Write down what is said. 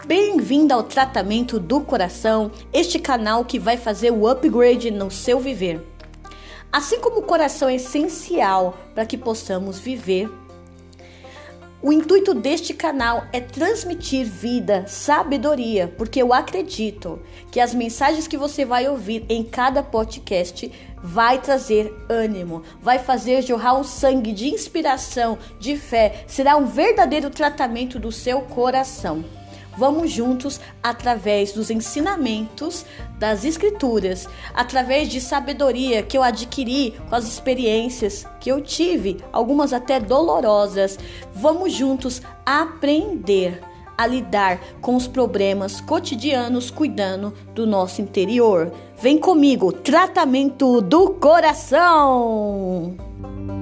Bem-vinda ao Tratamento do Coração, este canal que vai fazer o upgrade no seu viver. Assim como o coração é essencial para que possamos viver, o intuito deste canal é transmitir vida, sabedoria, porque eu acredito que as mensagens que você vai ouvir em cada podcast vai trazer ânimo, vai fazer jorrar um sangue de inspiração, de fé, será um verdadeiro tratamento do seu coração. Vamos juntos através dos ensinamentos das escrituras, através de sabedoria que eu adquiri com as experiências que eu tive, algumas até dolorosas. Vamos juntos aprender a lidar com os problemas cotidianos, cuidando do nosso interior. Vem comigo, tratamento do coração!